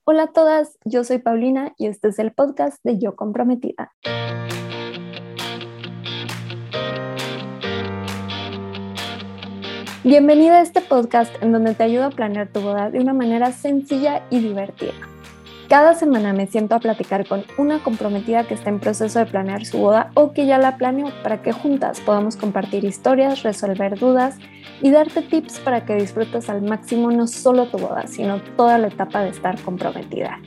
Hola a todas, yo soy Paulina y este es el podcast de Yo Comprometida. Bienvenida a este podcast en donde te ayudo a planear tu boda de una manera sencilla y divertida. Cada semana me siento a platicar con una comprometida que está en proceso de planear su boda o que ya la planeó para que juntas podamos compartir historias, resolver dudas y darte tips para que disfrutes al máximo no solo tu boda, sino toda la etapa de estar comprometida.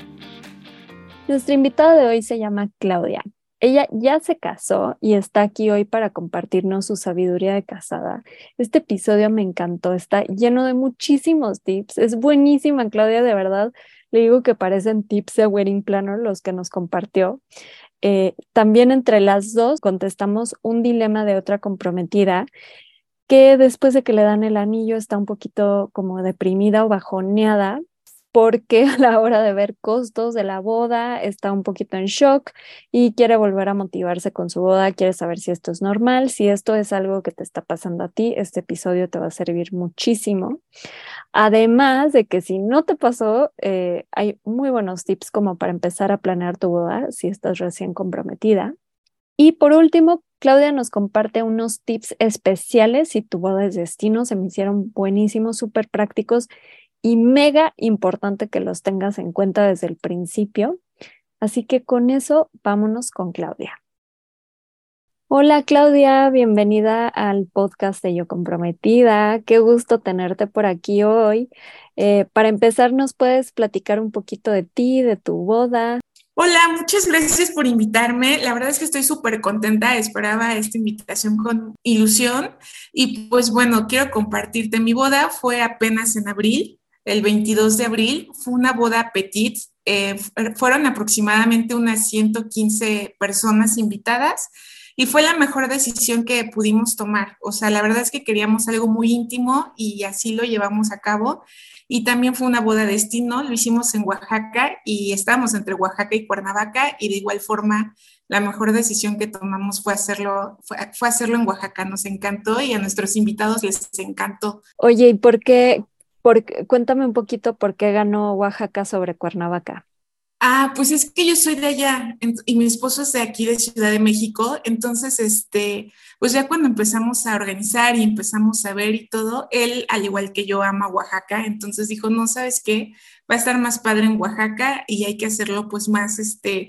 Nuestra invitada de hoy se llama Claudia. Ella ya se casó y está aquí hoy para compartirnos su sabiduría de casada. Este episodio me encantó, está lleno de muchísimos tips. Es buenísima, Claudia, de verdad. Le digo que parecen tips de Wedding Planner los que nos compartió. También entre las dos contestamos un dilema de otra comprometida que después de que le dan el anillo está un poquito como deprimida o bajoneada porque a la hora de ver costos de la boda está un poquito en shock y quiere volver a motivarse con su boda, quiere saber si esto es normal, si esto es algo que te está pasando a ti, este episodio te va a servir muchísimo. Además de que si no te pasó, hay muy buenos tips como para empezar a planear tu boda si estás recién comprometida. Y por último, Claudia nos comparte unos tips especiales si tu boda es destino, se me hicieron buenísimos, súper prácticos y mega importante que los tengas en cuenta desde el principio. Así que con eso, vámonos con Claudia. Hola Claudia, bienvenida al podcast de Yo Comprometida. Qué gusto tenerte por aquí hoy. Para empezar, ¿nos puedes platicar un poquito de ti, de tu boda? Hola, muchas gracias por invitarme. La verdad es que estoy súper contenta. Esperaba esta invitación con ilusión. Y pues bueno, quiero compartirte. Mi boda fue apenas en abril, el 22 de abril. Fue una boda petit. Fueron aproximadamente unas 115 personas invitadas y fue la mejor decisión que pudimos tomar. O sea, la verdad es que queríamos algo muy íntimo y así lo llevamos a cabo. Y también fue una boda destino, lo hicimos en Oaxaca y estábamos entre Oaxaca y Cuernavaca y de igual forma la mejor decisión que tomamos fue hacerlo en Oaxaca, nos encantó y a nuestros invitados les encantó. Oye, ¿y cuéntame un poquito por qué ganó Oaxaca sobre Cuernavaca? Pues es que yo soy de allá y mi esposo es de aquí, de Ciudad de México. Entonces, pues ya cuando empezamos a organizar y empezamos a ver y todo, él, al igual que yo, ama Oaxaca. Entonces dijo, no, ¿sabes qué? Va a estar más padre en Oaxaca y hay que hacerlo pues más,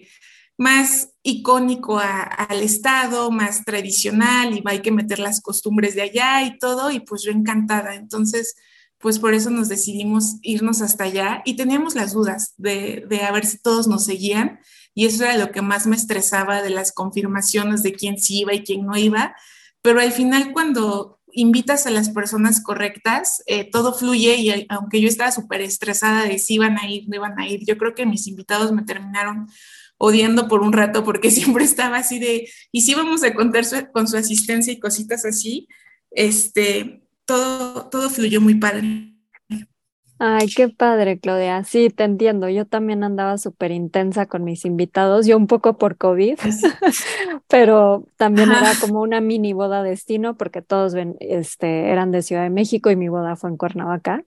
más icónico al estado, más tradicional y hay que meter las costumbres de allá y todo. Y pues yo encantada. Entonces pues por eso nos decidimos irnos hasta allá y teníamos las dudas de a ver si todos nos seguían y eso era lo que más me estresaba de las confirmaciones de quién sí iba y quién no iba, pero al final cuando invitas a las personas correctas, todo fluye y aunque yo estaba súper estresada de si iban a ir, no iban a ir, yo creo que mis invitados me terminaron odiando por un rato porque siempre estaba así de, y sí vamos a contar con su asistencia y cositas así, todo fluyó muy padre. Ay, qué padre, Claudia. Sí, te entiendo. Yo también andaba súper intensa con mis invitados, yo un poco por COVID, Sí. pero también Ajá. era como una mini boda destino porque todos eran de Ciudad de México y mi boda fue en Cuernavaca.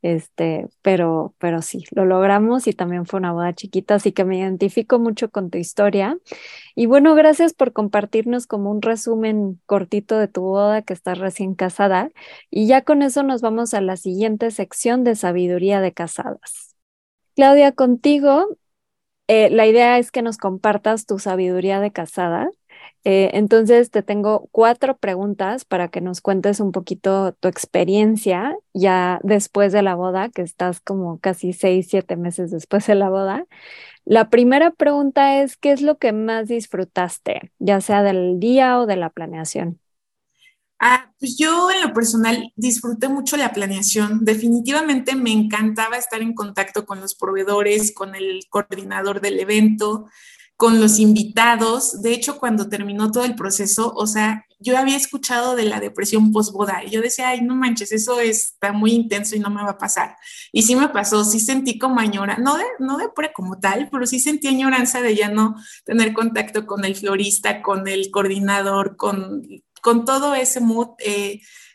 Pero sí, lo logramos y también fue una boda chiquita, así que me identifico mucho con tu historia. Y bueno, gracias por compartirnos como un resumen cortito de tu boda que estás recién casada. Y ya con eso nos vamos a la siguiente sección de sabiduría de casadas. Claudia, contigo, la idea es que nos compartas tu sabiduría de casada. Entonces, te tengo 4 preguntas para que nos cuentes un poquito tu experiencia ya después de la boda, que estás como casi 6, 7 meses después de la boda. La primera pregunta es, ¿qué es lo que más disfrutaste, ya sea del día o de la planeación? Pues yo en lo personal disfruté mucho la planeación. Definitivamente me encantaba estar en contacto con los proveedores, con el coordinador del evento, con los invitados. De hecho, cuando terminó todo el proceso, o sea, yo había escuchado de la depresión post-boda y yo decía, ay, no manches, eso está muy intenso y no me va a pasar. Y sí me pasó, sí sentí como añoranza, no de pre como tal, pero sí sentí añoranza de ya no tener contacto con el florista, con el coordinador, con todo ese mood.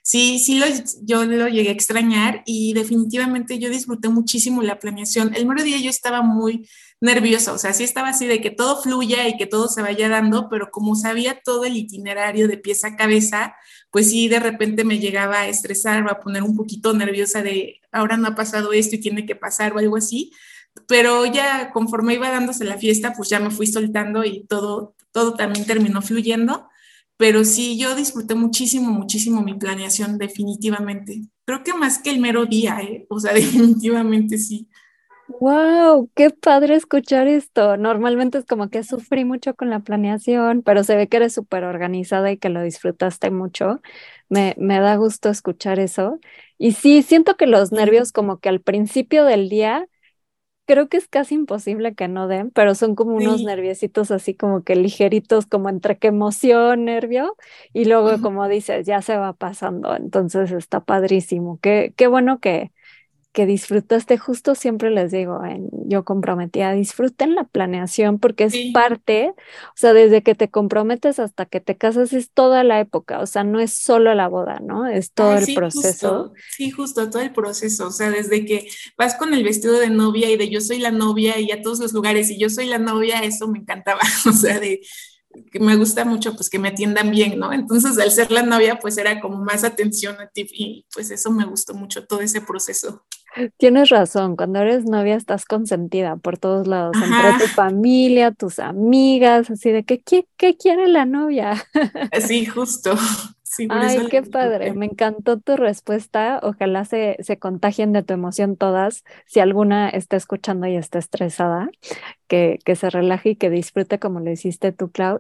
Sí, yo lo llegué a extrañar y definitivamente yo disfruté muchísimo la planeación. El mero día yo estaba muy nerviosa, o sea, sí estaba así de que todo fluya y que todo se vaya dando, pero como sabía todo el itinerario de pies a cabeza, pues sí, de repente me llegaba a estresar o a poner un poquito nerviosa de ahora no ha pasado esto y tiene que pasar o algo así. Pero ya conforme iba dándose la fiesta, pues ya me fui soltando y todo también terminó fluyendo. Pero sí, yo disfruté muchísimo, muchísimo mi planeación, definitivamente. Creo que más que el mero día, ¿eh? O sea, definitivamente sí. ¡Wow! ¡Qué padre escuchar esto! Normalmente es como que sufrí mucho con la planeación, pero se ve que eres súper organizada y que lo disfrutaste mucho. Me da gusto escuchar eso. Y sí, siento que los nervios como que al principio del día creo que es casi imposible que no den, pero son como unos Sí. nerviositos así como que ligeritos, como entre que emoción, nervio, y luego Ujú. como dices, ya se va pasando, entonces está padrísimo. Qué bueno que disfrutaste, justo siempre les digo, Yo Comprometida, disfruten la planeación porque es Sí. parte, o sea, desde que te comprometes hasta que te casas es toda la época, o sea, no es solo la boda, ¿no? Es todo Ay, el proceso. sí, justo, todo el proceso, o sea, desde que vas con el vestido de novia y de yo soy la novia y a todos los lugares y yo soy la novia, eso me encantaba, o sea, de que me gusta mucho pues que me atiendan bien, ¿no? Entonces, al ser la novia, pues era como más atención a ti y pues eso me gustó mucho, todo ese proceso. Tienes razón, cuando eres novia estás consentida por todos lados, entre Ajá, tu familia, tus amigas, así de que, ¿qué quiere la novia? sí, justo, sí, por eso Ay, la qué padre, disfruté. me encantó tu respuesta. Ojalá se contagien de tu emoción todas. Si alguna está escuchando y está estresada, que se relaje y que disfrute como lo hiciste tú, Clau.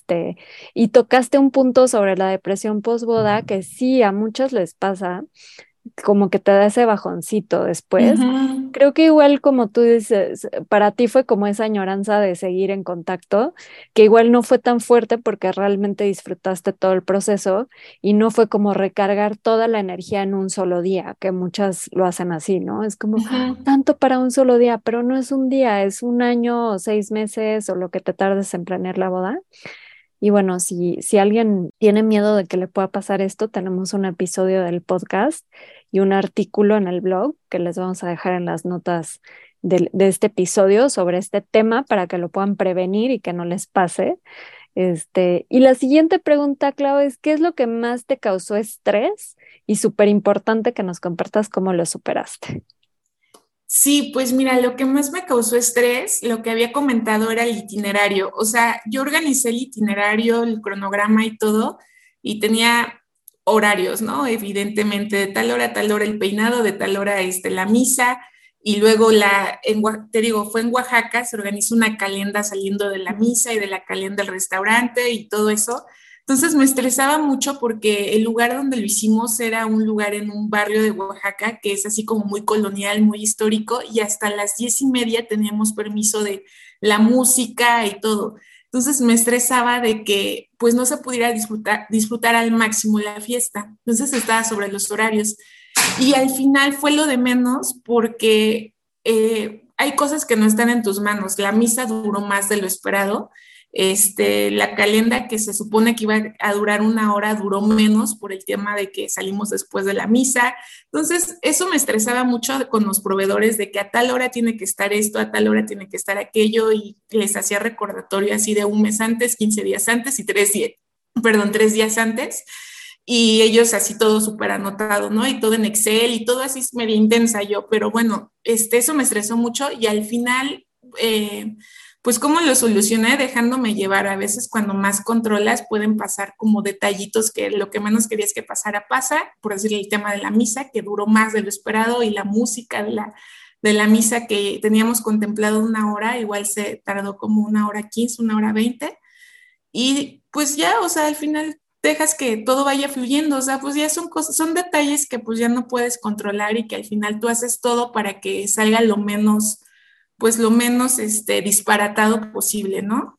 Y tocaste un punto sobre la depresión postboda, que sí, a muchos les pasa como que te da ese bajoncito después. Ujú. Creo que igual como tú dices, para ti fue como esa añoranza de seguir en contacto, que igual no fue tan fuerte porque realmente disfrutaste todo el proceso y no fue como recargar toda la energía en un solo día, que muchas lo hacen así, ¿no? Es como Ujú. tanto para un solo día, pero no es un día, es un año o 6 meses o lo que te tardes en planear la boda. Y bueno, si alguien tiene miedo de que le pueda pasar esto, tenemos un episodio del podcast y un artículo en el blog que les vamos a dejar en las notas de este episodio sobre este tema para que lo puedan prevenir y que no les pase. Y la siguiente pregunta, Clau, es ¿qué es lo que más te causó estrés? Y súper importante que nos compartas cómo lo superaste. Sí, pues mira, lo que más me causó estrés, lo que había comentado era el itinerario. O sea, yo organicé el itinerario, el cronograma y todo, y tenía horarios, ¿no? Evidentemente, de tal hora a tal hora el peinado, de tal hora la misa, y luego te digo, fue en Oaxaca, se organizó una calenda saliendo de la misa y de la calenda del restaurante y todo eso. Entonces me estresaba mucho porque el lugar donde lo hicimos era un lugar en un barrio de Oaxaca que es así como muy colonial, muy histórico y hasta las 10:30 teníamos permiso de la música y todo. Entonces me estresaba de que pues no se pudiera disfrutar al máximo la fiesta. Entonces estaba sobre los horarios. Y al final fue lo de menos porque hay cosas que no están en tus manos. La misa duró más de lo esperado. La calenda que se supone que iba a durar 1 hora duró menos por el tema de que salimos después de la misa. Entonces, eso me estresaba mucho con los proveedores de que a tal hora tiene que estar esto, a tal hora tiene que estar aquello y les hacía recordatorio así de un mes antes, 15 días antes y 3 días, perdón, 3 días antes y ellos así todo súper anotado, ¿no? Y todo en Excel y todo así medio intensa yo, pero bueno, eso me estresó mucho y al final, pues cómo lo solucioné dejándome llevar. A veces cuando más controlas pueden pasar como detallitos que lo que menos querías que pasara pasa, por decir el tema de la misa, que duró más de lo esperado y la música de la misa que teníamos contemplado 1 hora, igual se tardó como 1 hora 15, 1 hora 20 y pues ya, o sea, al final dejas que todo vaya fluyendo, o sea, pues ya son cosas, son detalles que pues ya no puedes controlar y que al final tú haces todo para que salga lo menos, pues lo menos disparatado posible, ¿no?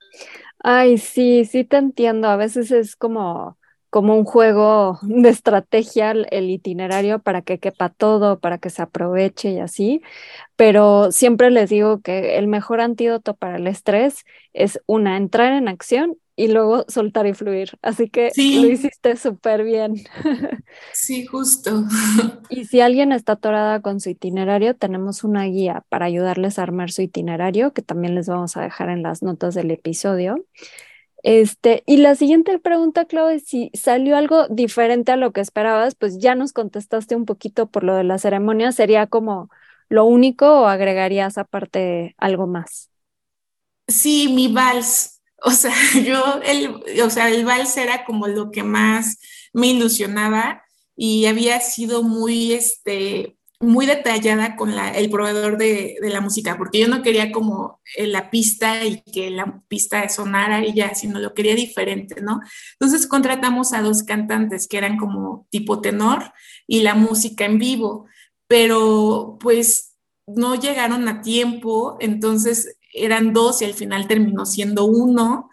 Ay, sí, sí te entiendo. A veces es como un juego de estrategia el itinerario para que quepa todo, para que se aproveche y así. Pero siempre les digo que el mejor antídoto para el estrés es una, entrar en acción y luego soltar y fluir. Así que lo Sí, hiciste súper bien. sí, justo. Y si alguien está atorada con su itinerario, tenemos una guía para ayudarles a armar su itinerario, que también les vamos a dejar en las notas del episodio. Y la siguiente pregunta, Clau, es si salió algo diferente a lo que esperabas, pues ya nos contestaste un poquito por lo de la ceremonia, ¿sería como lo único o agregarías aparte algo más? Sí, mi vals. O sea, el vals era como lo que más me ilusionaba y había sido muy, muy detallada con el proveedor de la música, porque yo no quería como la pista y que la pista sonara y ya, sino lo quería diferente, ¿no? Entonces contratamos a dos cantantes que eran como tipo tenor y la música en vivo, pero pues no llegaron a tiempo, entonces eran dos y al final terminó siendo uno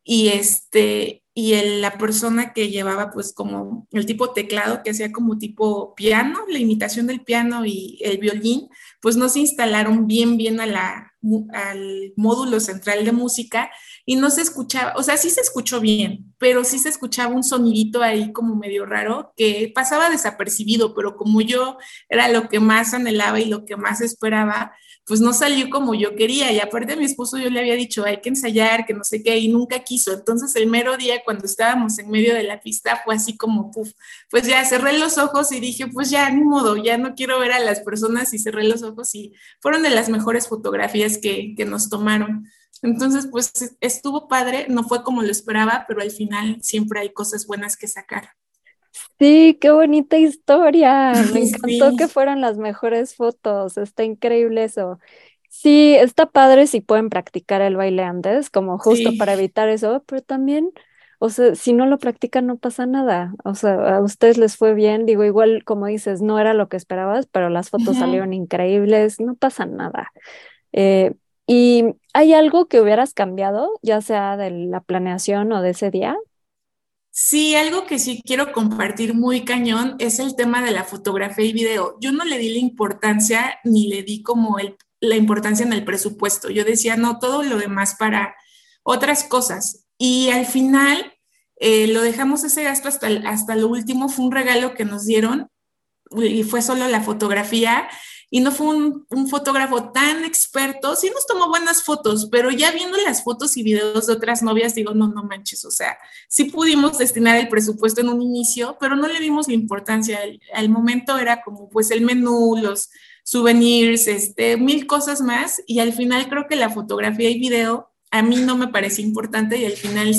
la persona que llevaba pues como el tipo teclado que hacía como tipo piano, la imitación del piano y el violín, pues no se instalaron bien al módulo central de música y no se escuchaba, o sea, sí se escuchó bien, pero sí se escuchaba un sonidito ahí como medio raro que pasaba desapercibido, pero como yo era lo que más anhelaba y lo que más esperaba, pues no salió como yo quería. Y aparte a mi esposo yo le había dicho, hay que ensayar, que no sé qué, y nunca quiso. Entonces el mero día cuando estábamos en medio de la pista fue así como, puf, pues ya cerré los ojos y dije, pues ya, ni modo, ya no quiero ver a las personas y cerré los ojos y fueron de las mejores fotografías que nos tomaron. Entonces, pues estuvo padre, no fue como lo esperaba, pero al final siempre hay cosas buenas que sacar. Sí, qué bonita historia. Me encantó que Sí, fueran las mejores fotos. Está increíble eso. Sí, está padre si pueden practicar el baile antes, como justo para sí. evitar eso, pero también, o sea, si no lo practican no pasa nada. O sea, a ustedes les fue bien, digo, igual como dices, no era lo que esperabas, pero las fotos Ujú. salieron increíbles, no pasa nada. Eh, ¿Y hay algo que hubieras cambiado, ya sea de la planeación o de ese día? Sí, algo que sí quiero compartir muy cañón es el tema de la fotografía y video. Yo no le di la importancia ni le di como la importancia en el presupuesto. Yo decía, no, todo lo demás para otras cosas. Y al final lo dejamos ese gasto hasta lo último. Fue un regalo que nos dieron y fue solo la fotografía y no fue un fotógrafo tan experto, sí nos tomó buenas fotos, pero ya viendo las fotos y videos de otras novias, digo, no, no manches, o sea, sí pudimos destinar el presupuesto en un inicio, pero no le dimos la importancia. Al momento era como pues el menú, los souvenirs, mil cosas más, y al final creo que la fotografía y video a mí no me parecía importante y al final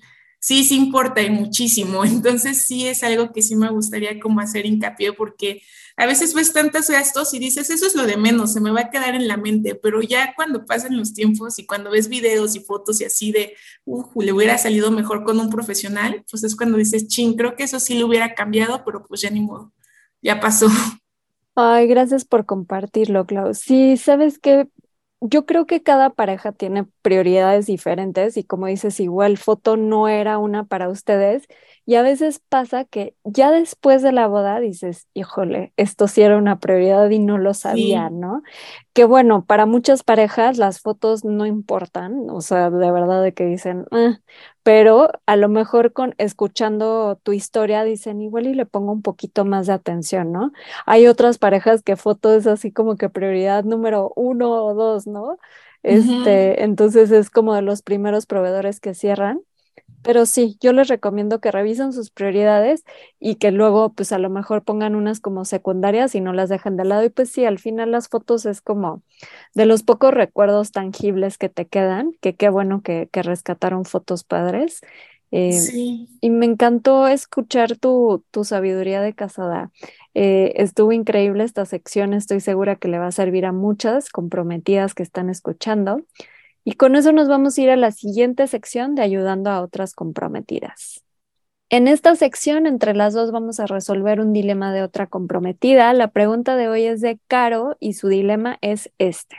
sí importa y muchísimo. Entonces sí es algo que sí me gustaría como hacer hincapié porque a veces ves tantos gastos y dices, eso es lo de menos, se me va a quedar en la mente, pero ya cuando pasan los tiempos y cuando ves videos y fotos y así de, le hubiera salido mejor con un profesional, pues es cuando dices, chin, creo que eso sí lo hubiera cambiado, pero pues ya ni modo, ya pasó. Ay, gracias por compartirlo, Clau. Sí, sabes que yo creo que cada pareja tiene prioridades diferentes y como dices, igual foto no era una para ustedes y a veces pasa que ya después de la boda dices, híjole, esto sí era una prioridad y no lo sabía, Sí. ¿no? Que bueno, para muchas parejas las fotos no importan, o sea, de verdad de que dicen, "Ah", pero a lo mejor con escuchando tu historia dicen, igual y le pongo un poquito más de atención, ¿no? Hay otras parejas que foto es así como que prioridad número uno o dos, ¿no? Ujú. Entonces es como de los primeros proveedores que cierran. Pero sí, yo les recomiendo que revisen sus prioridades y que luego, pues a lo mejor pongan unas como secundarias y no las dejen de lado. Y pues sí, al final las fotos es como de los pocos recuerdos tangibles que te quedan, que qué bueno que rescataron fotos padres. Eh, Sí. y me encantó escuchar tu sabiduría de casada. Estuvo increíble esta sección, estoy segura que le va a servir a muchas comprometidas que están escuchando. Y con eso nos vamos a ir a la siguiente sección de ayudando a otras comprometidas. En esta sección, entre las dos, vamos a resolver un dilema de otra comprometida. La pregunta de hoy es de Caro y su dilema es este.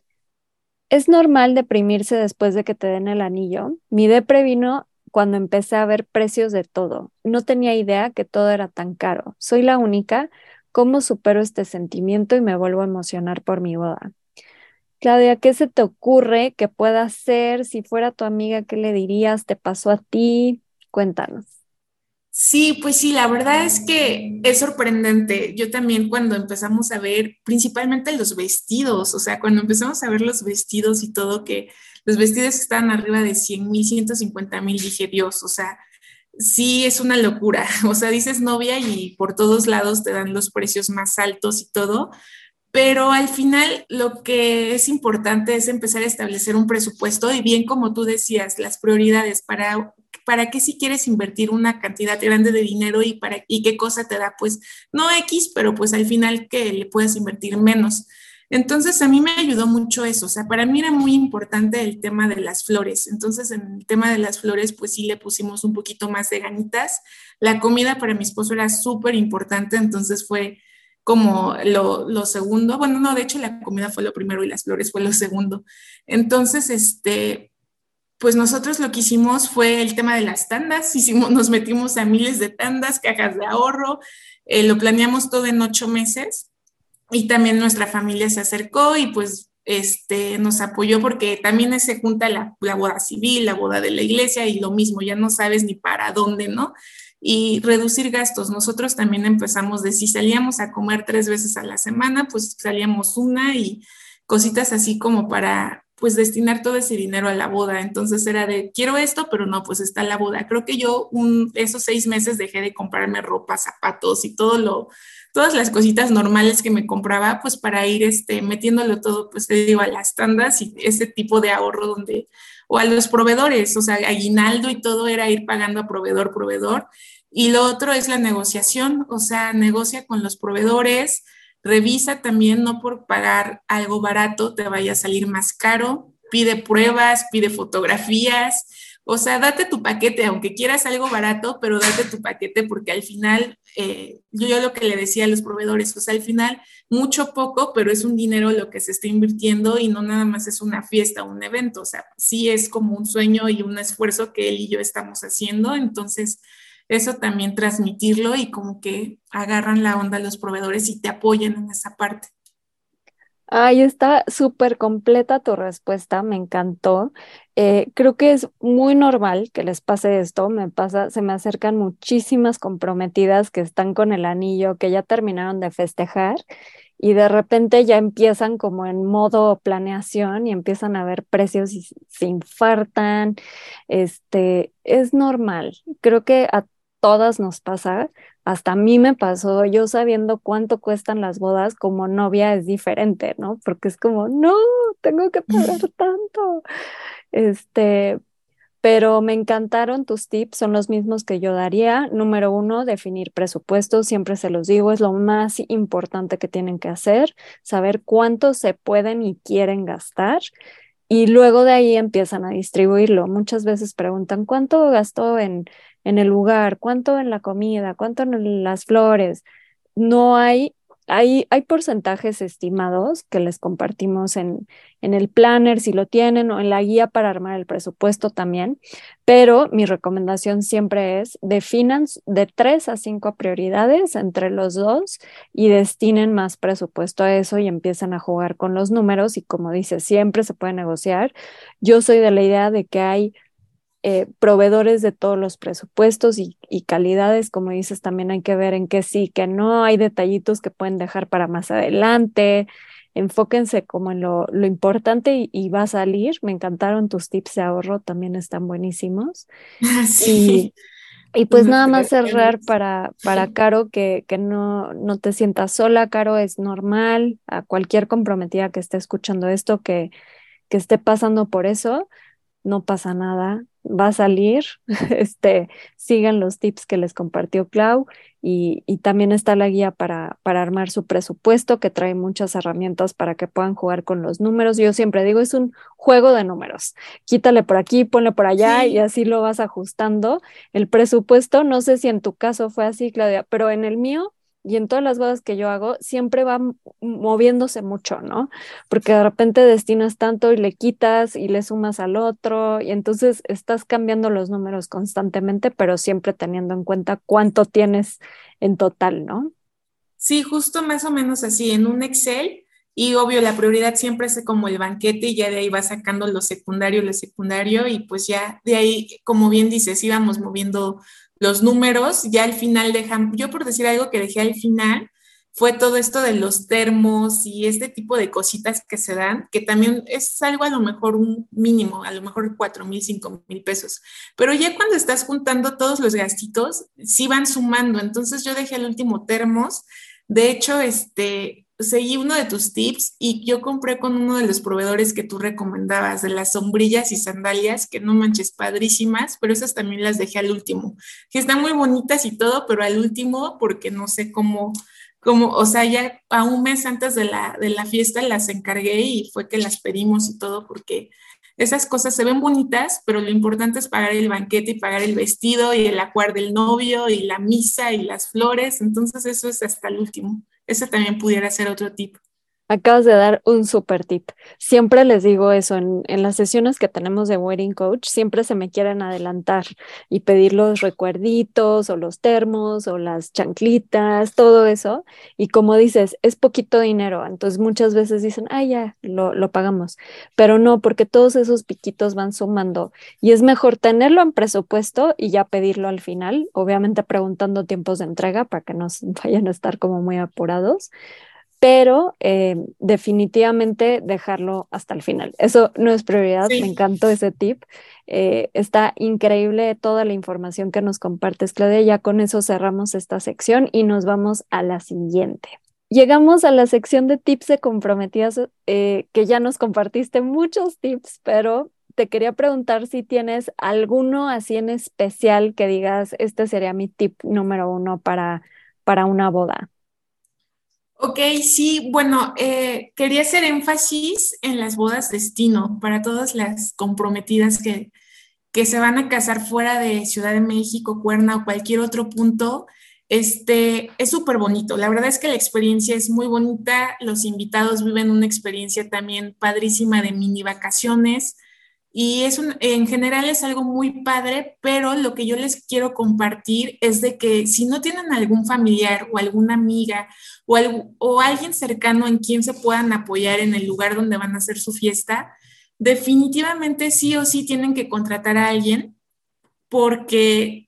¿Es normal deprimirse después de que te den el anillo? Mi depre vino cuando empecé a ver precios de todo. No tenía idea que todo era tan caro. Soy la única. ¿Cómo supero este sentimiento y me vuelvo a emocionar por mi boda? Claudia, ¿qué se te ocurre que pueda hacer? Si fuera tu amiga, ¿qué le dirías? ¿Te pasó a ti? Cuéntanos. Sí, pues sí, la verdad es que es sorprendente. Yo también cuando empezamos a ver, principalmente los vestidos, o sea, cuando empezamos a ver los vestidos y todo, que los vestidos estaban arriba de 100,000, 150,000, dije, Dios, o sea, sí es una locura. O sea, dices novia y por todos lados te dan los precios más altos y todo, pero al final lo que es importante es empezar a establecer un presupuesto y bien como tú decías, las prioridades para qué si quieres invertir una cantidad grande de dinero y qué cosa te da, pues no X, pero pues al final que le puedas invertir menos. Entonces a mí me ayudó mucho eso, o sea, para mí era muy importante el tema de las flores. Entonces en el tema de las flores pues sí le pusimos un poquito más de ganitas. La comida para mi esposo era súper importante, entonces fue como lo segundo. Bueno, no, de hecho la comida fue lo primero y las flores fue lo segundo. Entonces, pues nosotros lo que hicimos fue el tema de las tandas, nos metimos a miles de tandas, cajas de ahorro, lo planeamos todo en 8 meses y también nuestra familia se acercó y pues nos apoyó porque también se junta la boda civil, la boda de la iglesia y lo mismo, ya no sabes ni para dónde, ¿no? Y reducir gastos. Nosotros también empezamos de si salíamos a comer 3 veces a la semana, pues salíamos una y cositas así como para pues destinar todo ese dinero a la boda. Entonces era de, quiero esto, pero no, pues está la boda. Creo que yo esos 6 meses dejé de comprarme ropa, zapatos y todas las cositas normales que me compraba, pues para ir metiéndolo todo, pues te digo, a las tandas y ese tipo de ahorro o a los proveedores, o sea, aguinaldo y todo era ir pagando a proveedor. Y lo otro es la negociación, o sea, negocia con los proveedores, revisa también, no por pagar algo barato te vaya a salir más caro, pide pruebas, pide fotografías, o sea, date tu paquete, aunque quieras algo barato, pero date tu paquete porque al final, yo lo que le decía a los proveedores, o sea, al final, mucho poco, pero es un dinero lo que se está invirtiendo y no nada más es una fiesta, un evento, o sea, sí es como un sueño y un esfuerzo que él y yo estamos haciendo, entonces eso también transmitirlo y como que agarran la onda los proveedores y te apoyan en esa parte. Ay, está súper completa tu respuesta, me encantó. Creo que es muy normal que les pase esto, me pasa, se me acercan muchísimas comprometidas que están con el anillo, que ya terminaron de festejar y de repente ya empiezan como en modo planeación y empiezan a ver precios y se infartan. Es normal. Creo que a todas nos pasa. Hasta a mí me pasó, yo sabiendo cuánto cuestan las bodas como novia es diferente, ¿no? Porque es como, no, tengo que pagar tanto. Este, pero me encantaron tus tips, son los mismos que yo daría. Número uno, definir presupuestos, siempre se los digo, es lo más importante que tienen que hacer, saber cuánto se pueden y quieren gastar. Y luego de ahí empiezan a distribuirlo. Muchas veces preguntan, ¿cuánto gastó en el lugar? ¿Cuánto en la comida? ¿Cuánto en las flores? No hay porcentajes estimados que les compartimos en el planner si lo tienen o en la guía para armar el presupuesto también, pero mi recomendación siempre es definan de 3 a 5 prioridades entre los dos y destinen más presupuesto a eso y empiezan a jugar con los números y como dice, siempre se puede negociar. Yo soy de la idea de que hay proveedores de todos los presupuestos y calidades, como dices, también hay que ver en qué sí, que no, hay detallitos que pueden dejar para más adelante. Enfóquense como en lo importante y va a salir. Me encantaron tus tips de ahorro, también están buenísimos. Y, Sí, y pues unas nada más cerrar creaciones. para Caro, que no te sientas sola, Caro, es normal, a cualquier comprometida que esté escuchando esto, que esté pasando por eso no pasa nada, va a salir, sigan los tips que les compartió Clau y también está la guía para armar su presupuesto que trae muchas herramientas para que puedan jugar con los números. Yo siempre digo, es un juego de números. Quítale por aquí, ponle por allá y Sí, así lo vas ajustando. El presupuesto, no sé si en tu caso fue así, Claudia, pero en el mío y en todas las bodas que yo hago, siempre va moviéndose mucho, ¿no? Porque de repente destinas tanto y le quitas y le sumas al otro y entonces estás cambiando los números constantemente, pero siempre teniendo en cuenta cuánto tienes en total, ¿no? sí, justo más o menos así, en un Excel Y obvio, la prioridad siempre es como el banquete y ya de ahí va sacando lo secundario y pues ya de ahí, como bien dices, íbamos moviendo los números, ya al final dejan, yo por decir algo que dejé al final, fue todo esto de los termos y este tipo de cositas que se dan, que también es algo a lo mejor un mínimo, a lo mejor 4,000, 5,000 pesos. Pero ya cuando estás juntando todos los gastitos, sí van sumando. Entonces yo dejé el último termos. De hecho, seguí uno de tus tips y yo compré con uno de los proveedores que tú recomendabas, de las sombrillas y sandalias, que no manches, padrísimas, pero esas también las dejé al último, que están muy bonitas y todo, pero al último porque no sé cómo, o sea, ya a un mes antes de la fiesta las encargué y fue que las pedimos y todo, porque esas cosas se ven bonitas, pero lo importante es pagar el banquete y pagar el vestido y el acuar del novio y la misa y las flores, entonces eso es hasta el último. Ese también pudiera ser otro tip. Acabas de dar un super tip. Siempre les digo eso en las sesiones que tenemos de Wedding Coach, siempre se me quieren adelantar y pedir los recuerditos o los termos o las chanclitas, todo eso. Y como dices, es poquito dinero, entonces muchas veces dicen, ah, ya, lo pagamos. Pero no, porque todos esos piquitos van sumando y es mejor tenerlo en presupuesto y ya pedirlo al final, obviamente preguntando tiempos de entrega para que no vayan a estar como muy apurados, pero definitivamente dejarlo hasta el final. Eso no es prioridad, me Sí. encantó ese tip. Está increíble toda la información que nos compartes, Claudia. Ya con eso cerramos esta sección y nos vamos a la siguiente. Llegamos a la sección de tips de comprometidas, que ya nos compartiste muchos tips, pero te quería preguntar si tienes alguno así en especial que digas, este sería mi tip número uno para una boda. Ok, sí, bueno, quería hacer énfasis en las bodas destino para todas las comprometidas que se van a casar fuera de Ciudad de México, Cuerna o cualquier otro punto. Es súper bonito. La verdad es que la experiencia es muy bonita. Los invitados viven una experiencia también padrísima de mini vacaciones. Y en general es algo muy padre, pero lo que yo les quiero compartir es de que si no tienen algún familiar o alguna amiga o alguien cercano en quien se puedan apoyar en el lugar donde van a hacer su fiesta, definitivamente sí o sí tienen que contratar a alguien porque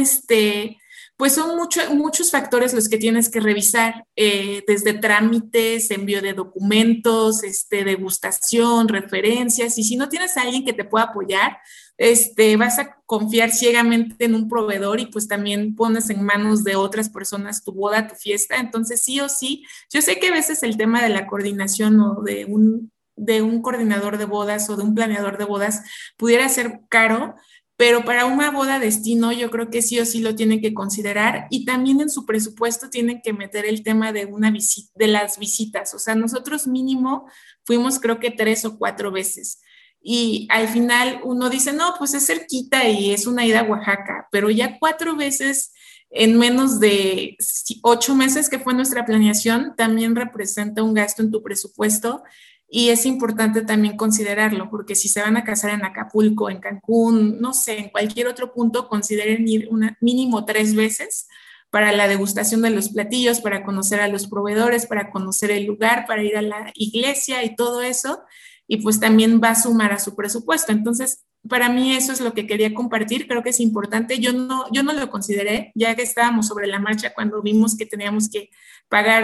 pues son muchos factores los que tienes que revisar, desde trámites, envío de documentos, degustación, referencias, y si no tienes a alguien que te pueda apoyar, vas a confiar ciegamente en un proveedor y pues también pones en manos de otras personas tu boda, tu fiesta, entonces sí o sí, yo sé que a veces el tema de la coordinación o de un coordinador de bodas o de un planeador de bodas pudiera ser caro, pero para una boda destino yo creo que sí o sí lo tienen que considerar y también en su presupuesto tienen que meter el tema de una visita, de las visitas. O sea, nosotros mínimo fuimos creo que 3 o 4 veces y al final uno dice, no, pues es cerquita y es una ida a Oaxaca, pero ya 4 veces en menos de 8 meses que fue nuestra planeación también representa un gasto en tu presupuesto y es importante también considerarlo, porque si se van a casar en Acapulco, en Cancún, no sé, en cualquier otro punto, consideren ir mínimo 3 veces para la degustación de los platillos, para conocer a los proveedores, para conocer el lugar, para ir a la iglesia y todo eso. Y pues también va a sumar a su presupuesto. Entonces, para mí eso es lo que quería compartir. Creo que es importante. Yo no lo consideré, ya que estábamos sobre la marcha cuando vimos que teníamos que pagar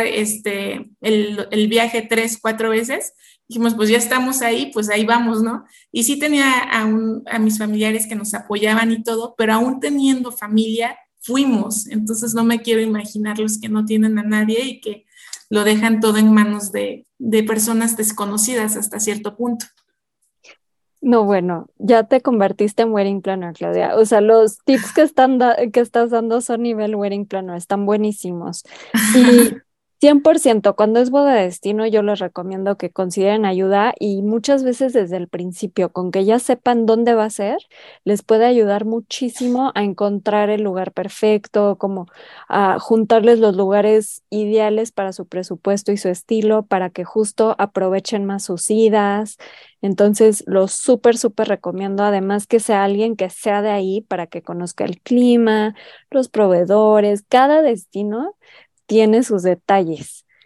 el viaje 3, 4 veces. Dijimos, pues ya estamos ahí, pues ahí vamos, ¿no? Y sí tenía a mis familiares que nos apoyaban y todo, pero aún teniendo familia, fuimos. Entonces no me quiero imaginar los que no tienen a nadie y que lo dejan todo en manos de personas desconocidas hasta cierto punto. No, bueno, ya te convertiste en wedding planner, Claudia. O sea, los tips que estás dando son nivel wedding planner, están buenísimos. Y 100% cuando es boda de destino, yo les recomiendo que consideren ayuda y muchas veces desde el principio, con que ya sepan dónde va a ser, les puede ayudar muchísimo a encontrar el lugar perfecto, como a juntarles los lugares ideales para su presupuesto y su estilo, para que justo aprovechen más sus idas. Entonces, lo súper, súper recomiendo, además que sea alguien que sea de ahí para que conozca el clima, los proveedores, cada destino tiene sus detalles.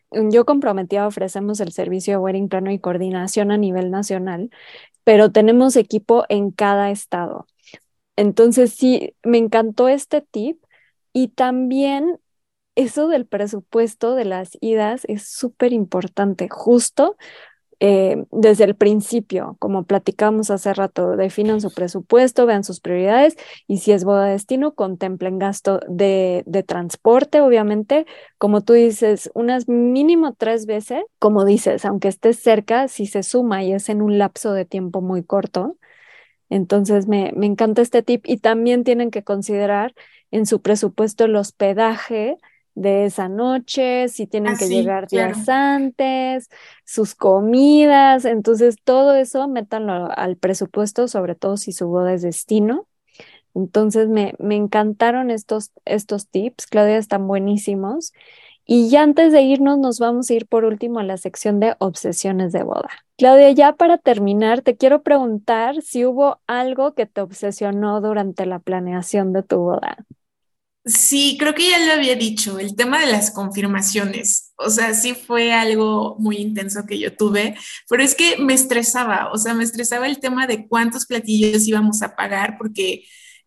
Yo Comprometida ofrecemos el servicio de wedding planner y coordinación a nivel nacional, pero tenemos equipo en cada estado. Entonces sí, me encantó este tip y también eso del presupuesto de las idas es súper importante, justo desde el principio, como platicamos hace rato, definan su presupuesto, vean sus prioridades y si es boda destino, contemplen gasto de transporte, obviamente, como tú dices, unas mínimo 3 veces, como dices, aunque estés cerca, si se suma y es en un lapso de tiempo muy corto. Entonces me encanta este tip y también tienen que considerar en su presupuesto el hospedaje de esa noche, si tienen Ah, que sí, llegar días claro. antes, sus comidas, entonces todo eso métanlo al presupuesto, sobre todo si su boda es destino. Entonces me encantaron estos tips, Claudia, están buenísimos. Y ya antes de irnos, nos vamos a ir por último a la sección de obsesiones de boda. Claudia, ya para terminar, te quiero preguntar si hubo algo que te obsesionó durante la planeación de tu boda. Sí, creo que ya lo había dicho, el tema de las confirmaciones, o sea, sí fue algo muy intenso que yo tuve, pero es que me estresaba, o sea, me estresaba el tema de cuántos platillos íbamos a pagar, porque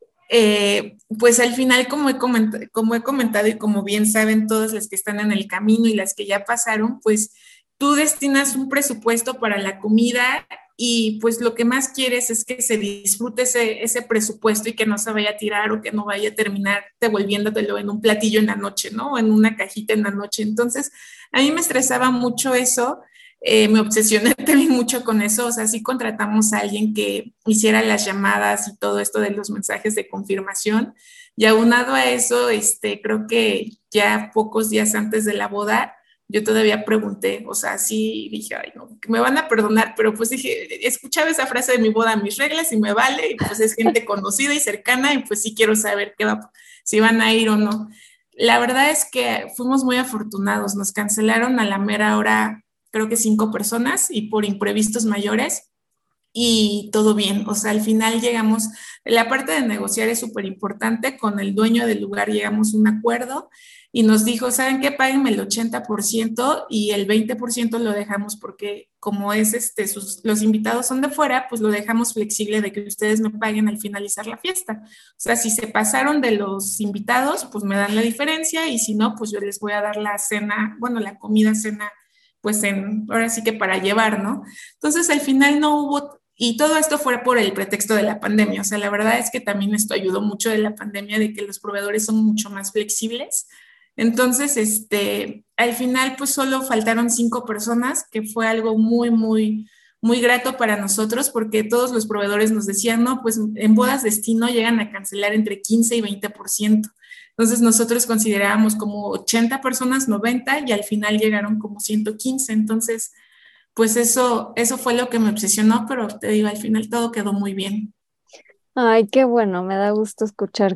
pues al final, como he comentado y como bien saben todas las que están en el camino y las que ya pasaron, pues tú destinas un presupuesto para la comida y pues lo que más quieres es que se disfrute ese presupuesto y que no se vaya a tirar o que no vaya a terminar devolviéndotelo en un platillo en la noche, ¿no? O en una cajita en la noche. Entonces, a mí me estresaba mucho eso. Me obsesioné también mucho con eso, o sea, sí contratamos a alguien que hiciera las llamadas y todo esto de los mensajes de confirmación. Y aunado a eso, creo que ya pocos días antes de la boda, yo todavía pregunté, o sea, sí dije, ay, no, que me van a perdonar, pero pues dije, escuchaba esa frase de mi boda, mis reglas y me vale, y pues es gente conocida y cercana y pues sí quiero saber qué va, si van a ir o no. La verdad es que fuimos muy afortunados, nos cancelaron a la mera hora creo que 5 personas y por imprevistos mayores y todo bien. O sea, al final llegamos, la parte de negociar es súper importante, con el dueño del lugar llegamos a un acuerdo y nos dijo, ¿saben qué? Páguenme el 80% y el 20% lo dejamos porque como es los invitados son de fuera, pues lo dejamos flexible de que ustedes me paguen al finalizar la fiesta. O sea, si se pasaron de los invitados, pues me dan la diferencia y si no, pues yo les voy a dar la cena, bueno, la comida cena, pues ahora sí que para llevar, ¿no? Entonces al final no hubo, y todo esto fue por el pretexto de la pandemia, o sea, la verdad es que también esto ayudó mucho de la pandemia, de que los proveedores son mucho más flexibles. Entonces, al final, pues solo faltaron 5 personas, que fue algo muy, muy, muy grato para nosotros, porque todos los proveedores nos decían, no, pues en bodas destino llegan a cancelar entre 15 y 20%. Entonces nosotros considerábamos como 80 personas, 90 y al final llegaron como 115. Entonces, pues eso fue lo que me obsesionó, pero te digo, al final todo quedó muy bien. Ay, qué bueno, me da gusto escuchar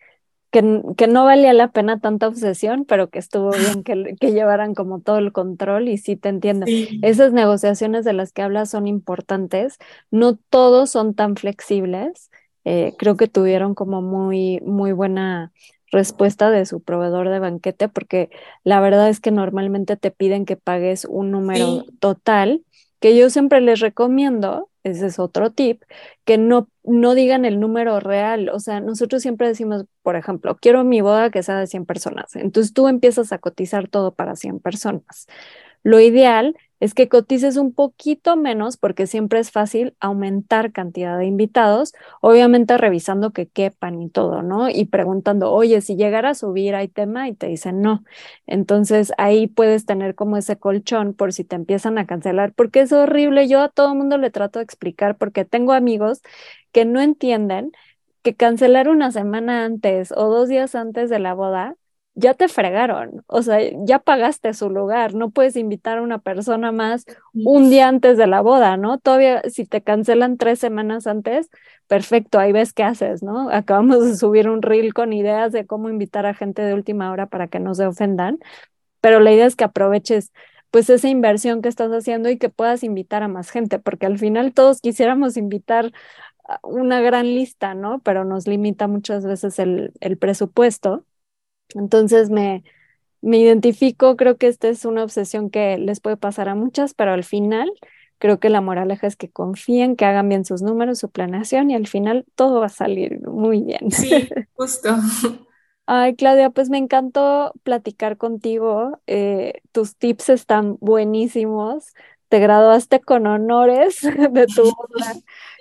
que no valía la pena tanta obsesión, pero que estuvo bien que llevaran como todo el control y sí te entiendo. Sí, Esas negociaciones de las que hablas son importantes, no todos son tan flexibles. Creo que tuvieron como muy buena respuesta de su proveedor de banquete, porque la verdad es que normalmente te piden que pagues un número sí, total, que yo siempre les recomiendo, ese es otro tip, que no digan el número real. O sea, nosotros siempre decimos, por ejemplo, quiero mi boda que sea de 100 personas. Entonces tú empiezas a cotizar todo para 100 personas. Lo ideal es que cotices un poquito menos porque siempre es fácil aumentar cantidad de invitados, obviamente revisando que quepan y todo, ¿no? Y preguntando, oye, si llegara a subir, ¿hay tema? Y te dicen no. Entonces ahí puedes tener como ese colchón por si te empiezan a cancelar, porque es horrible. Yo a todo mundo le trato de explicar porque tengo amigos que no entienden que cancelar una semana antes o 2 días antes de la boda ya te fregaron, o sea, ya pagaste su lugar, no puedes invitar a una persona más un día antes de la boda, ¿no? Todavía si te cancelan 3 semanas antes, perfecto, ahí ves qué haces, ¿no? Acabamos de subir un reel con ideas de cómo invitar a gente de última hora para que no se ofendan, pero la idea es que aproveches pues esa inversión que estás haciendo y que puedas invitar a más gente, porque al final todos quisiéramos invitar a una gran lista, ¿no? Pero nos limita muchas veces el presupuesto. Entonces Me identifico, creo que esta es una obsesión que les puede pasar a muchas, pero al final creo que la moraleja es que confíen, que hagan bien sus números, su planeación y al final todo va a salir muy bien. Sí, justo. Ay, Claudia, pues me encantó platicar contigo. Tus tips están buenísimos. Te graduaste con honores de tu boda.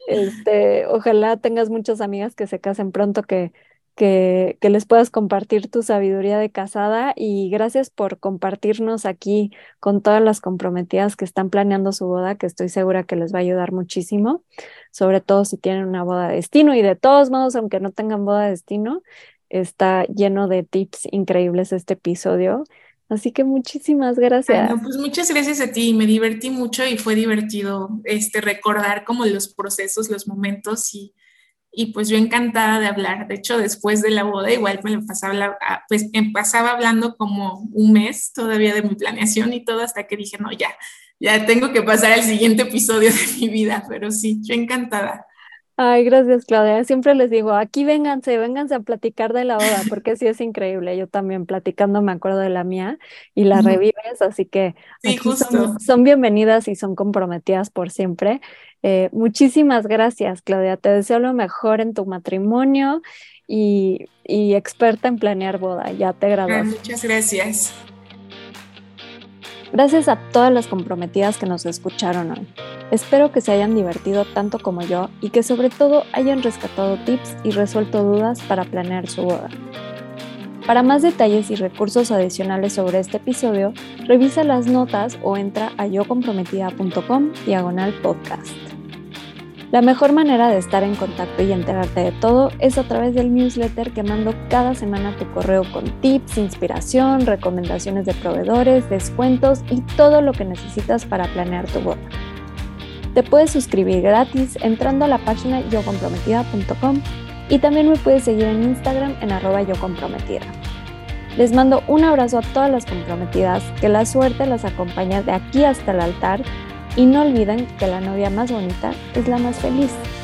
Ojalá tengas muchas amigas que se casen pronto, que les puedas compartir tu sabiduría de casada. Y gracias por compartirnos aquí con todas las comprometidas que están planeando su boda, que estoy segura que les va a ayudar muchísimo, sobre todo si tienen una boda de destino. Y de todos modos, aunque no tengan boda de destino, está lleno de tips increíbles este episodio. Así que muchísimas Ay, gracias. no, pues muchas gracias a ti, me divertí mucho y fue divertido recordar como los procesos, los momentos y pues yo encantada de hablar. De hecho, después de la boda igual me lo pasaba, pues pasaba hablando como un mes todavía de mi planeación y todo hasta que dije, no, ya tengo que pasar al siguiente episodio de mi vida, pero sí, yo encantada. Ay, gracias, Claudia. Siempre les digo, aquí vénganse a platicar de la boda, porque sí es increíble. Yo también platicando me acuerdo de la mía y la revives, así que Sí, aquí justo. son bienvenidas y son comprometidas por siempre. Muchísimas gracias, Claudia. Te deseo lo mejor en tu matrimonio y experta en planear boda. Ya te Ay, graduaste. muchas gracias. Gracias a todas las comprometidas que nos escucharon hoy. Espero que se hayan divertido tanto como yo y que sobre todo hayan rescatado tips y resuelto dudas para planear su boda. Para más detalles y recursos adicionales sobre este episodio, revisa las notas o entra a yocomprometida.com/podcast. La mejor manera de estar en contacto y enterarte de todo es a través del newsletter que mando cada semana a tu correo con tips, inspiración, recomendaciones de proveedores, descuentos y todo lo que necesitas para planear tu boda. Te puedes suscribir gratis entrando a la página yocomprometida.com y también me puedes seguir en Instagram en @yocomprometida. Les mando un abrazo a todas las comprometidas, que la suerte las acompañe de aquí hasta el altar. Y no olviden que la novia más bonita es la más feliz.